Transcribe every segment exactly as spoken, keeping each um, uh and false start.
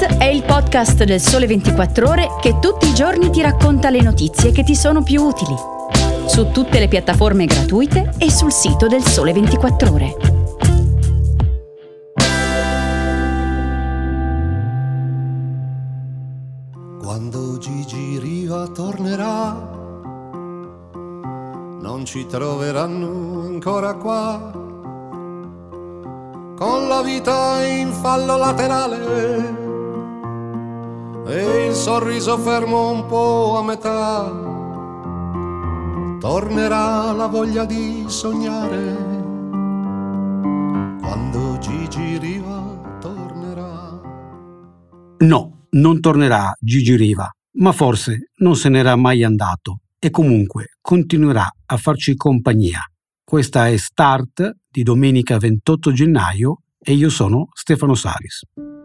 Sport è il podcast del Sole ventiquattro Ore che tutti i giorni ti racconta le notizie che ti sono più utili. Su tutte le piattaforme gratuite e sul sito del Sole ventiquattro Ore. Quando Gigi Riva tornerà, non ci troveranno ancora qua, con la vita in fallo laterale e il sorriso fermo un po' a metà. Tornerà la voglia di sognare quando Gigi Riva tornerà. No, non tornerà Gigi Riva, ma forse non se n'era mai andato e comunque continuerà a farci compagnia. Questa è Start di domenica ventotto gennaio e io sono Stefano Saris.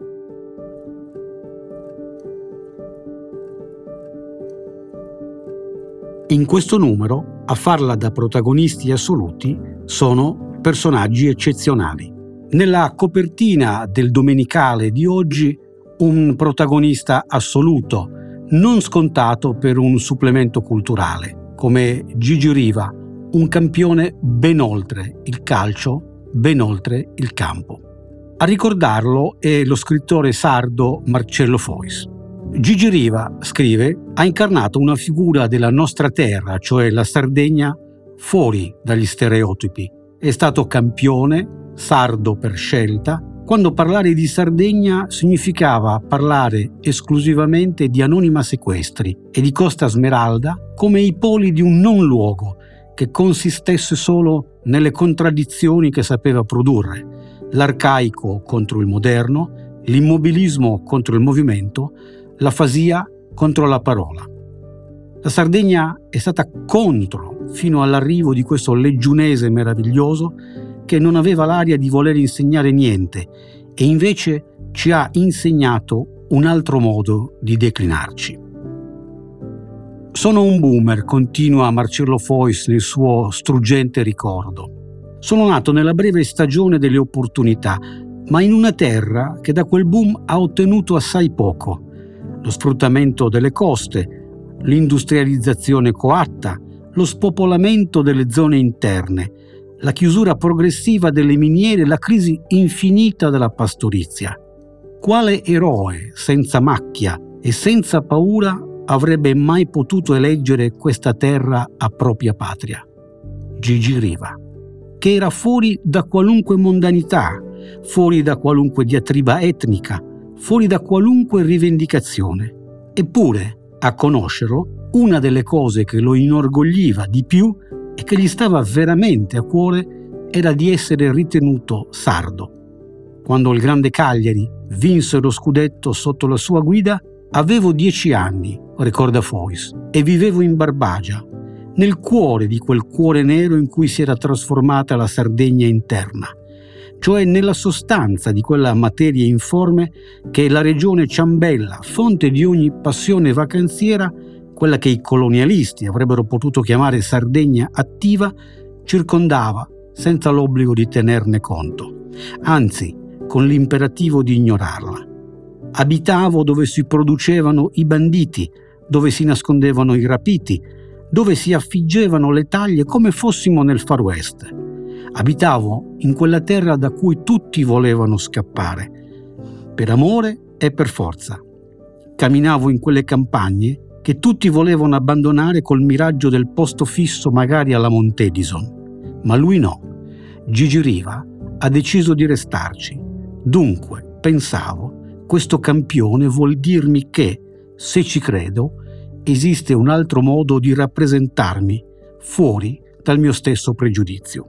In questo numero, a farla da protagonisti assoluti sono personaggi eccezionali. Nella copertina del domenicale di oggi, un protagonista assoluto, non scontato per un supplemento culturale, come Gigi Riva, un campione ben oltre il calcio, ben oltre il campo. A ricordarlo è lo scrittore sardo Marcello Fois. Gigi Riva, scrive, ha incarnato una figura della nostra terra, cioè la Sardegna, fuori dagli stereotipi. È stato campione, sardo per scelta, quando parlare di Sardegna significava parlare esclusivamente di Anonima Sequestri e di Costa Smeralda come i poli di un non luogo che consistesse solo nelle contraddizioni che sapeva produrre, l'arcaico contro il moderno, l'immobilismo contro il movimento, l'afasia contro la parola. La Sardegna è stata contro fino all'arrivo di questo leggiunese meraviglioso che non aveva l'aria di voler insegnare niente e invece ci ha insegnato un altro modo di declinarci. Sono un boomer, continua Marcello Fois nel suo struggente ricordo. Sono nato nella breve stagione delle opportunità, ma in una terra che da quel boom ha ottenuto assai poco. Lo sfruttamento delle coste, l'industrializzazione coatta, lo spopolamento delle zone interne, la chiusura progressiva delle miniere e la crisi infinita della pastorizia. Quale eroe senza macchia e senza paura avrebbe mai potuto eleggere questa terra a propria patria? Gigi Riva, che era fuori da qualunque mondanità, fuori da qualunque diatriba etnica, fuori da qualunque rivendicazione. Eppure, a conoscerlo, una delle cose che lo inorgogliva di più e che gli stava veramente a cuore era di essere ritenuto sardo. Quando il grande Cagliari vinse lo scudetto sotto la sua guida, avevo dieci anni, ricorda Fois, e vivevo in Barbagia, nel cuore di quel cuore nero in cui si era trasformata la Sardegna interna, cioè nella sostanza di quella materia informe che la regione ciambella, fonte di ogni passione vacanziera, quella che i colonialisti avrebbero potuto chiamare Sardegna attiva, circondava senza l'obbligo di tenerne conto, anzi con l'imperativo di ignorarla. Abitavo dove si producevano i banditi, dove si nascondevano i rapiti, dove si affiggevano le taglie come fossimo nel Far West. Abitavo in quella terra da cui tutti volevano scappare, per amore e per forza. Camminavo in quelle campagne che tutti volevano abbandonare col miraggio del posto fisso magari alla Montedison. Ma lui no. Gigi Riva ha deciso di restarci. Dunque, pensavo, questo campione vuol dirmi che, se ci credo, esiste un altro modo di rappresentarmi fuori dal mio stesso pregiudizio.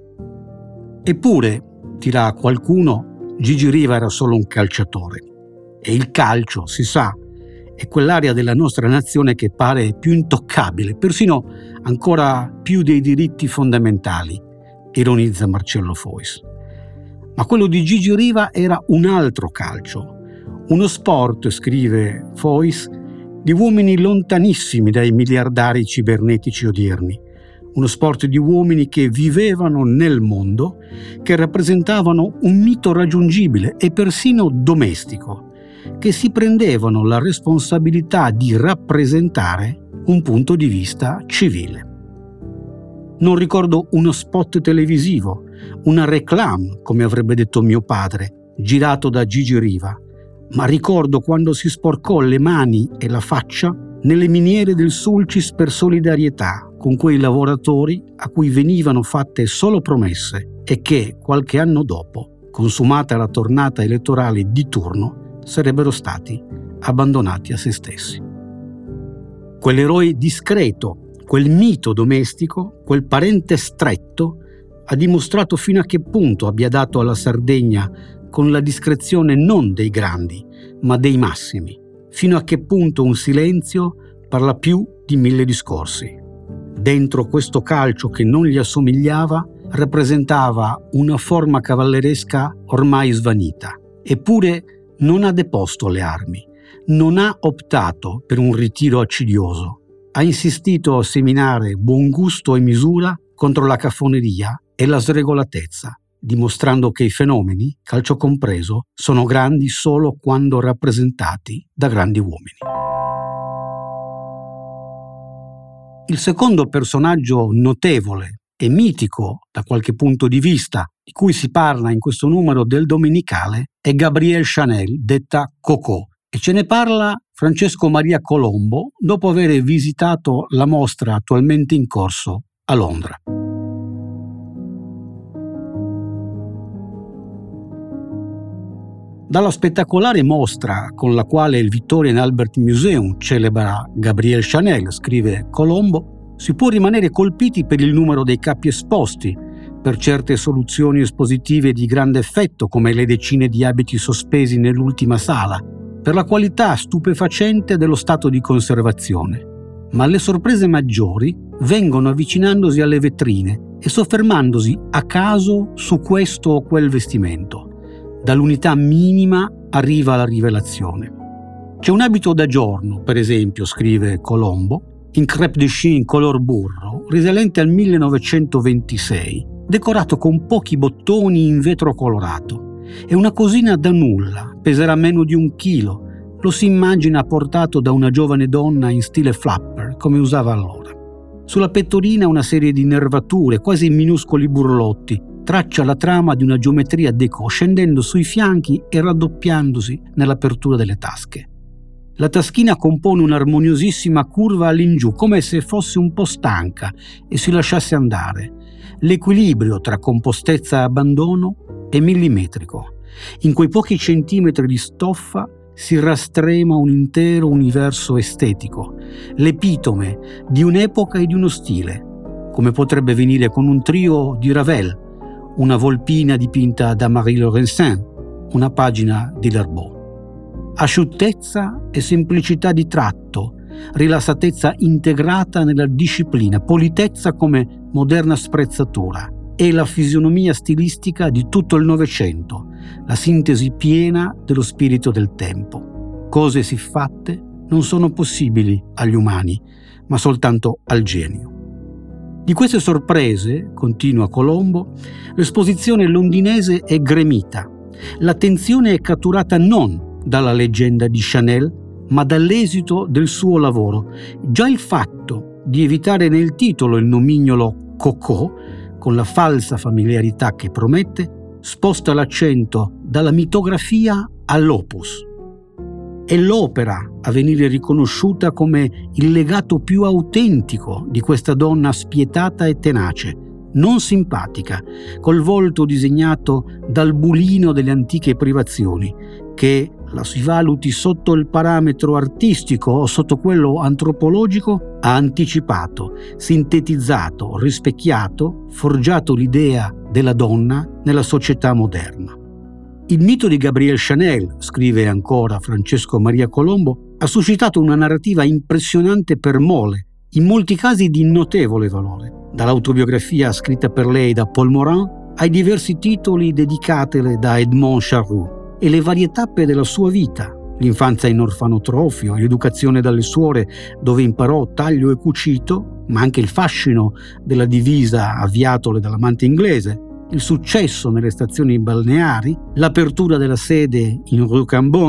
Eppure, dirà qualcuno, Gigi Riva era solo un calciatore. E il calcio, si sa, è quell'area della nostra nazione che pare più intoccabile, persino ancora più dei diritti fondamentali, ironizza Marcello Fois. Ma quello di Gigi Riva era un altro calcio, uno sport, scrive Fois, di uomini lontanissimi dai miliardari cibernetici odierni, uno sport di uomini che vivevano nel mondo, che rappresentavano un mito raggiungibile e persino domestico, che si prendevano la responsabilità di rappresentare un punto di vista civile. Non ricordo uno spot televisivo, una réclame, come avrebbe detto mio padre, girato da Gigi Riva, ma ricordo quando si sporcò le mani e la faccia nelle miniere del Sulcis per solidarietà con quei lavoratori a cui venivano fatte solo promesse e che, qualche anno dopo, consumata la tornata elettorale di turno, sarebbero stati abbandonati a se stessi. Quell'eroe discreto, quel mito domestico, quel parente stretto, ha dimostrato fino a che punto abbia dato alla Sardegna con la discrezione non dei grandi, ma dei massimi, fino a che punto un silenzio parla più di mille discorsi. Dentro questo calcio che non gli assomigliava, rappresentava una forma cavalleresca ormai svanita. Eppure non ha deposto le armi, non ha optato per un ritiro accidioso. Ha insistito a seminare buon gusto e misura contro la cafoneria e la sregolatezza, dimostrando che i fenomeni, calcio compreso, sono grandi solo quando rappresentati da grandi uomini. Il secondo personaggio notevole e mitico da qualche punto di vista di cui si parla in questo numero del Domenicale è Gabrielle Chanel, detta Coco, e ce ne parla Francesco Maria Colombo dopo aver visitato la mostra attualmente in corso a Londra. Dalla spettacolare mostra con la quale il Victorian Albert Museum celebra Gabrielle Chanel, scrive Colombo, si può rimanere colpiti per il numero dei capi esposti, per certe soluzioni espositive di grande effetto come le decine di abiti sospesi nell'ultima sala, per la qualità stupefacente dello stato di conservazione. Ma le sorprese maggiori vengono avvicinandosi alle vetrine e soffermandosi a caso su questo o quel vestimento. Dall'unità minima arriva la rivelazione. C'è un abito da giorno, per esempio, scrive Colombo, in crêpe de chine color burro, risalente al millenovecentoventisei, decorato con pochi bottoni in vetro colorato. È una cosina da nulla, peserà meno di un chilo, lo si immagina portato da una giovane donna in stile flapper, come usava allora. Sulla pettorina una serie di nervature, quasi minuscoli burlotti, traccia la trama di una geometria déco scendendo sui fianchi e raddoppiandosi nell'apertura delle tasche. La taschina compone un'armoniosissima curva all'ingiù, come se fosse un po' stanca e si lasciasse andare. L'equilibrio tra compostezza e abbandono è millimetrico. In quei pochi centimetri di stoffa si rastrema un intero universo estetico, l'epitome di un'epoca e di uno stile, come potrebbe venire con un trio di Ravel, una volpina dipinta da Marie Laurencin, una pagina di Lerbeau. Asciuttezza e semplicità di tratto, rilassatezza integrata nella disciplina, politezza come moderna sprezzatura e la fisionomia stilistica di tutto il Novecento, la sintesi piena dello spirito del tempo. Cose siffatte non sono possibili agli umani, ma soltanto al genio. Di queste sorprese, continua Colombo, l'esposizione londinese è gremita. L'attenzione è catturata non dalla leggenda di Chanel, ma dall'esito del suo lavoro. Già il fatto di evitare nel titolo il nomignolo Coco, con la falsa familiarità che promette, sposta l'accento dalla mitografia all'opus. È l'opera a venire riconosciuta come il legato più autentico di questa donna spietata e tenace, non simpatica, col volto disegnato dal bulino delle antiche privazioni, che la si valuti sotto il parametro artistico o sotto quello antropologico, ha anticipato, sintetizzato, rispecchiato, forgiato l'idea della donna nella società moderna. Il mito di Gabrielle Chanel, scrive ancora Francesco Maria Colombo, ha suscitato una narrativa impressionante per mole, in molti casi di notevole valore, dall'autobiografia scritta per lei da Paul Morin ai diversi titoli dedicatele da Edmond Charroux e le varie tappe della sua vita, l'infanzia in orfanotrofio, l'educazione dalle suore dove imparò taglio e cucito, ma anche il fascino della divisa a viatole dall'amante inglese, il successo nelle stazioni balneari, l'apertura della sede in Rue Cambon,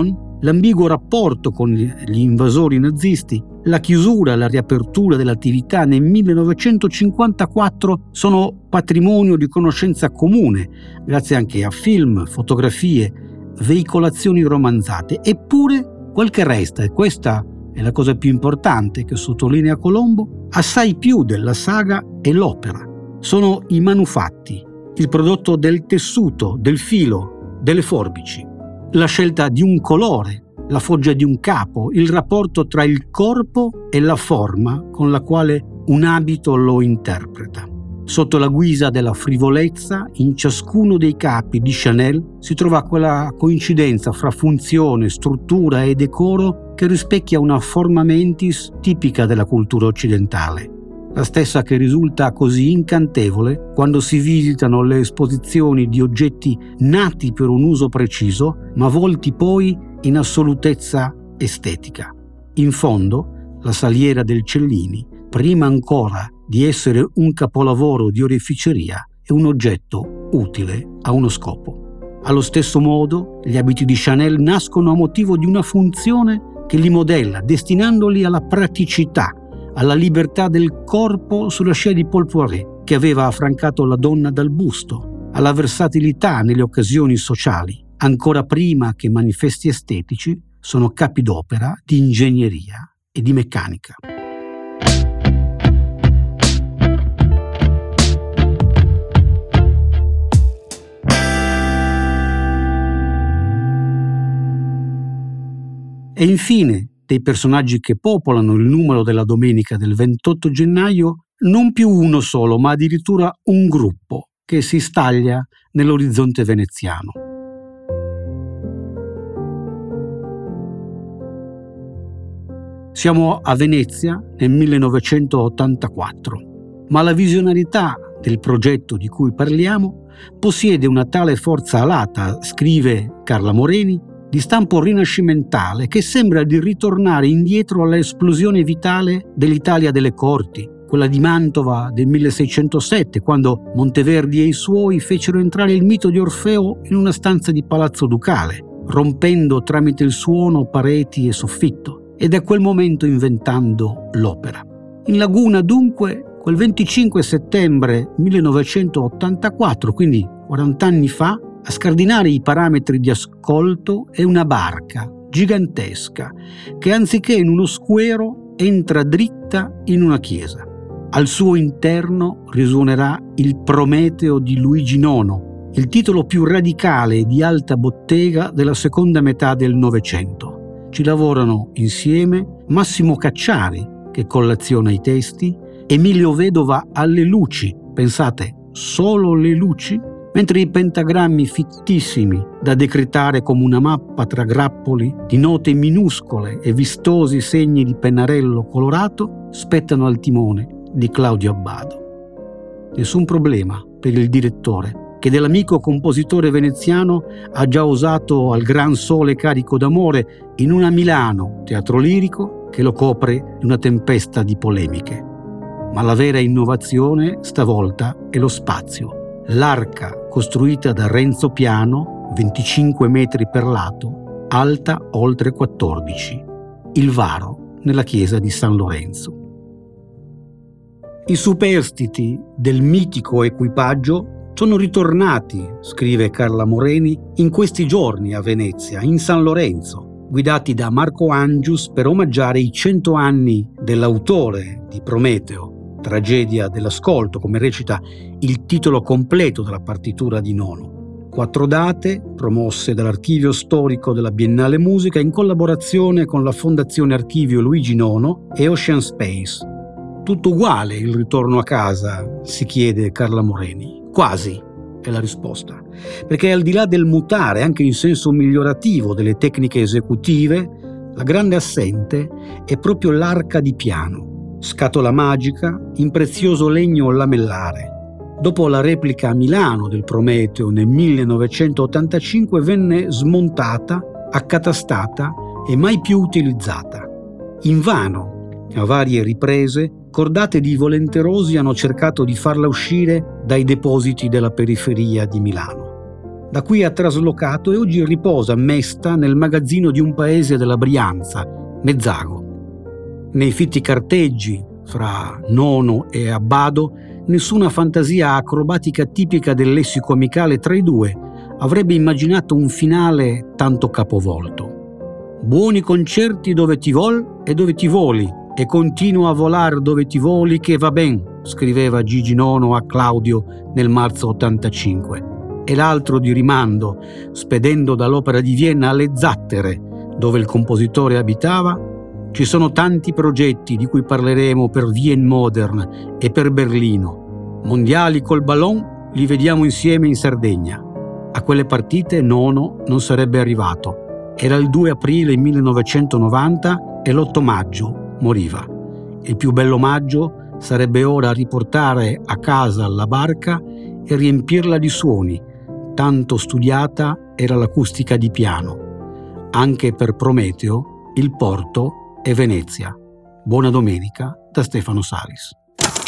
l'ambiguo rapporto con gli invasori nazisti, la chiusura e la riapertura dell'attività nel millenovecentocinquantaquattro sono patrimonio di conoscenza comune, grazie anche a film, fotografie, veicolazioni romanzate. Eppure quel che resta, e questa è la cosa più importante che sottolinea Colombo, assai più della saga è l'opera. Sono i manufatti, il prodotto del tessuto, del filo, delle forbici, la scelta di un colore, la foggia di un capo, il rapporto tra il corpo e la forma con la quale un abito lo interpreta. Sotto la guisa della frivolezza, in ciascuno dei capi di Chanel si trova quella coincidenza fra funzione, struttura e decoro che rispecchia una forma mentis tipica della cultura occidentale, la stessa che risulta così incantevole quando si visitano le esposizioni di oggetti nati per un uso preciso, ma volti poi in assolutezza estetica. In fondo, la Saliera del Cellini, prima ancora di essere un capolavoro di oreficeria, è un oggetto utile a uno scopo. Allo stesso modo, gli abiti di Chanel nascono a motivo di una funzione che li modella, destinandoli alla praticità, alla libertà del corpo sulla scia di Paul Poiret, che aveva affrancato la donna dal busto, alla versatilità nelle occasioni sociali. Ancora prima che manifesti estetici, sono capi d'opera di ingegneria e di meccanica. E infine, dei personaggi che popolano il numero della domenica del ventotto gennaio, non più uno solo, ma addirittura un gruppo che si staglia nell'orizzonte veneziano. Siamo a Venezia nel millenovecentottantaquattro, ma la visionarietà del progetto di cui parliamo possiede una tale forza alata, scrive Carla Moreni, di stampo rinascimentale che sembra di ritornare indietro all'esplosione vitale dell'Italia delle corti, quella di Mantova del milleseicentosette, quando Monteverdi e i suoi fecero entrare il mito di Orfeo in una stanza di Palazzo Ducale, rompendo tramite il suono pareti e soffitto, e da quel momento inventando l'opera. In Laguna, dunque, quel venticinque settembre millenovecentottantaquattro, quindi quaranta anni fa, a scardinare i parametri di ascolto è una barca gigantesca che, anziché in uno squero, entra dritta in una chiesa. Al suo interno risuonerà il Prometeo di Luigi nono, il titolo più radicale e di alta bottega della seconda metà del Novecento. Ci lavorano insieme Massimo Cacciari, che collaziona i testi, Emilio Vedova alle luci, pensate, solo le luci, mentre i pentagrammi fittissimi, da decretare come una mappa tra grappoli di note minuscole e vistosi segni di pennarello colorato, spettano al timone di Claudio Abbado. Nessun problema per il direttore, che dell'amico compositore veneziano ha già usato al Gran Sole Carico d'Amore in una Milano, teatro lirico, che lo copre di una tempesta di polemiche. Ma la vera innovazione stavolta è lo spazio. L'arca costruita da Renzo Piano, venticinque metri per lato, alta oltre quattordici. Il varo nella chiesa di San Lorenzo. I superstiti del mitico equipaggio sono ritornati, scrive Carla Moreni, in questi giorni a Venezia, in San Lorenzo, guidati da Marco Angius per omaggiare i cento anni dell'autore di Prometeo, tragedia dell'ascolto, come recita il titolo completo della partitura di Nono. Quattro date promosse dall'Archivio Storico della Biennale Musica in collaborazione con la Fondazione Archivio Luigi nono e Ocean Space. Tutto uguale il ritorno a casa, si chiede Carla Moreni. Quasi è la risposta, perché al di là del mutare anche in senso migliorativo delle tecniche esecutive, la grande assente è proprio l'arca di Piano, scatola magica in prezioso legno lamellare. Dopo la replica a Milano del Prometeo nel millenovecentottantacinque venne smontata, accatastata e mai più utilizzata. Invano, a varie riprese, cordate di volenterosi hanno cercato di farla uscire dai depositi della periferia di Milano. Da qui ha traslocato e oggi riposa mesta nel magazzino di un paese della Brianza, Mezzago. Nei fitti carteggi fra Nono e Abbado, nessuna fantasia acrobatica tipica del lessico amicale tra i due avrebbe immaginato un finale tanto capovolto. Buoni concerti dove ti vol e dove ti voli, e continua a volar dove ti voli che va ben, scriveva Gigi Nono a Claudio nel marzo ottantacinque. E l'altro di rimando, spedendo dall'Opera di Vienna alle Zattere, dove il compositore abitava: ci sono tanti progetti di cui parleremo per Wien Modern e per Berlino. Mondiali col ballon li vediamo insieme in Sardegna. A quelle partite Nono non sarebbe arrivato. Era il due aprile millenovecentonovanta e l'otto maggio moriva. Il più bello omaggio sarebbe ora riportare a casa la barca e riempirla di suoni. Tanto studiata era l'acustica di piano. Anche per Prometeo, il porto e Venezia. Buona domenica da Stefano Salis.